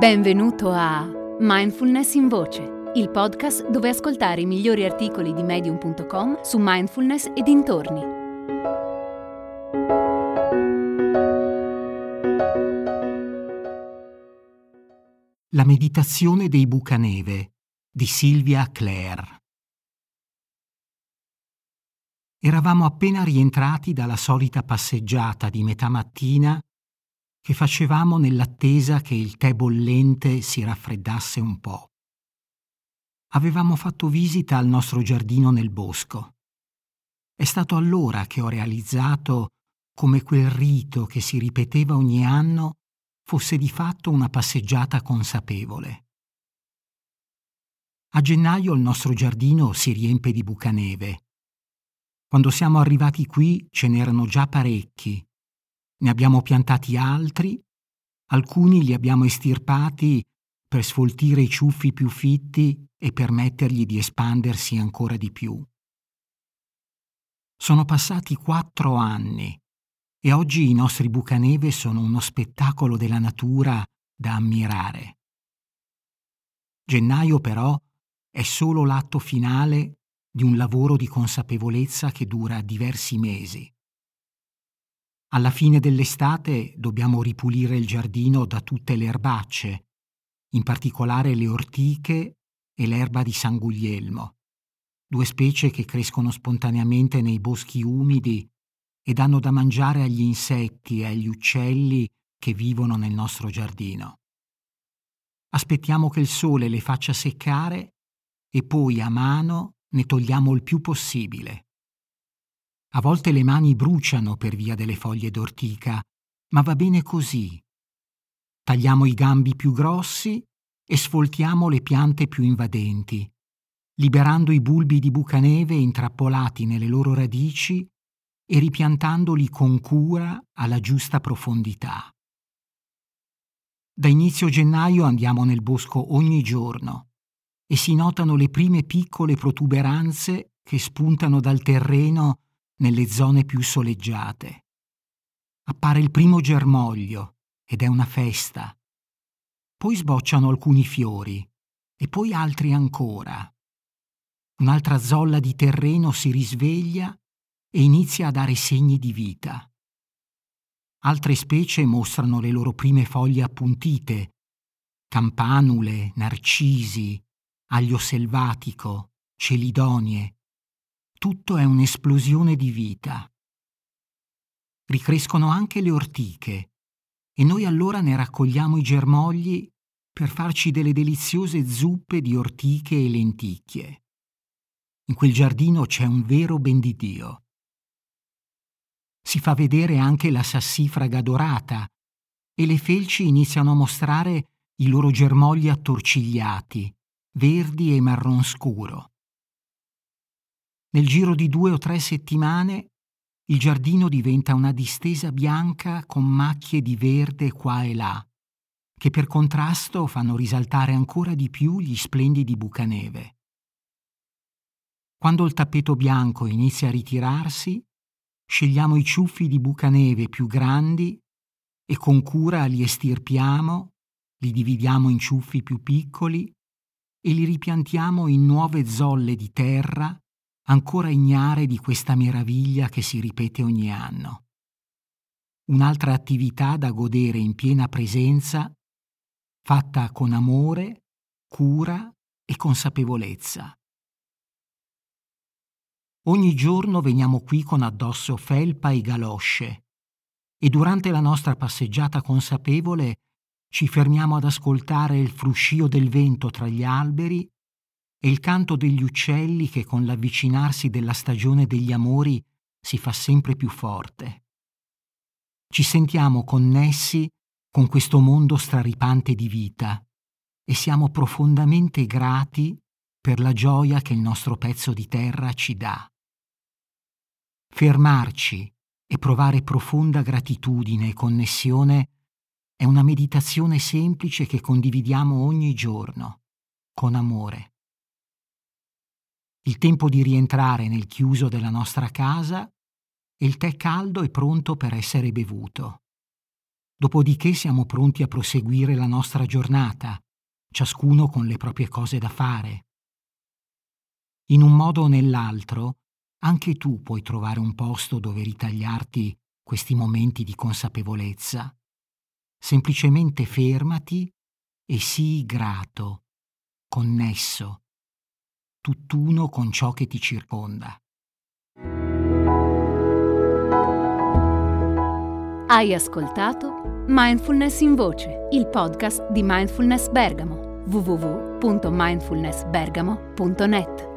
Benvenuto a Mindfulness in Voce, il podcast dove ascoltare i migliori articoli di Medium.com su mindfulness e dintorni. La meditazione dei Bucaneve di Sylvia Clare. Eravamo appena rientrati dalla solita passeggiata di metà mattina che facevamo nell'attesa che il tè bollente si raffreddasse un po'. Avevamo fatto visita al nostro giardino nel bosco. È stato allora che ho realizzato come quel rito che si ripeteva ogni anno fosse di fatto una passeggiata consapevole. A gennaio il nostro giardino si riempie di bucaneve. Quando siamo arrivati qui ce n'erano già parecchi. Ne abbiamo piantati altri, alcuni li abbiamo estirpati per sfoltire i ciuffi più fitti e permettergli di espandersi ancora di più. Sono passati 4 anni e oggi i nostri bucaneve sono uno spettacolo della natura da ammirare. Gennaio però è solo l'atto finale di un lavoro di consapevolezza che dura diversi mesi. Alla fine dell'estate dobbiamo ripulire il giardino da tutte le erbacce, in particolare le ortiche e l'erba di San Guglielmo, 2 specie che crescono spontaneamente nei boschi umidi e danno da mangiare agli insetti e agli uccelli che vivono nel nostro giardino. Aspettiamo che il sole le faccia seccare e poi a mano ne togliamo il più possibile. A volte le mani bruciano per via delle foglie d'ortica, ma va bene così. Tagliamo i gambi più grossi e sfoltiamo le piante più invadenti, liberando i bulbi di bucaneve intrappolati nelle loro radici e ripiantandoli con cura alla giusta profondità. Da inizio gennaio andiamo nel bosco ogni giorno e si notano le prime piccole protuberanze che spuntano dal terreno nelle zone più soleggiate. Appare il primo germoglio ed è una festa. Poi sbocciano alcuni fiori e poi altri ancora. Un'altra zolla di terreno si risveglia e inizia a dare segni di vita. Altre specie mostrano le loro prime foglie appuntite: campanule, narcisi, aglio selvatico, celidonie. Tutto è un'esplosione di vita. Ricrescono anche le ortiche e noi allora ne raccogliamo i germogli per farci delle deliziose zuppe di ortiche e lenticchie. In quel giardino c'è un vero ben di Dio. Si fa vedere anche la sassifraga dorata e le felci iniziano a mostrare i loro germogli attorcigliati, verdi e marron scuro. Nel giro di 2 o 3 settimane il giardino diventa una distesa bianca con macchie di verde qua e là, che per contrasto fanno risaltare ancora di più gli splendidi bucaneve. Quando il tappeto bianco inizia a ritirarsi, scegliamo i ciuffi di bucaneve più grandi e con cura li estirpiamo, li dividiamo in ciuffi più piccoli e li ripiantiamo in nuove zolle di terra ancora ignare di questa meraviglia che si ripete ogni anno. Un'altra attività da godere in piena presenza, fatta con amore, cura e consapevolezza. Ogni giorno veniamo qui con addosso felpa e galosce e durante la nostra passeggiata consapevole ci fermiamo ad ascoltare il fruscio del vento tra gli alberi e il canto degli uccelli che con l'avvicinarsi della stagione degli amori si fa sempre più forte. Ci sentiamo connessi con questo mondo straripante di vita e siamo profondamente grati per la gioia che il nostro pezzo di terra ci dà. Fermarci e provare profonda gratitudine e connessione è una meditazione semplice che condividiamo ogni giorno, con amore. Il tempo di rientrare nel chiuso della nostra casa e il tè caldo è pronto per essere bevuto. Dopodiché siamo pronti a proseguire la nostra giornata, ciascuno con le proprie cose da fare. In un modo o nell'altro, anche tu puoi trovare un posto dove ritagliarti questi momenti di consapevolezza. Semplicemente fermati e sii grato, connesso, tutt'uno con ciò che ti circonda. Hai ascoltato Mindfulness in Voce, il podcast di Mindfulness Bergamo, www.mindfulnessbergamo.net.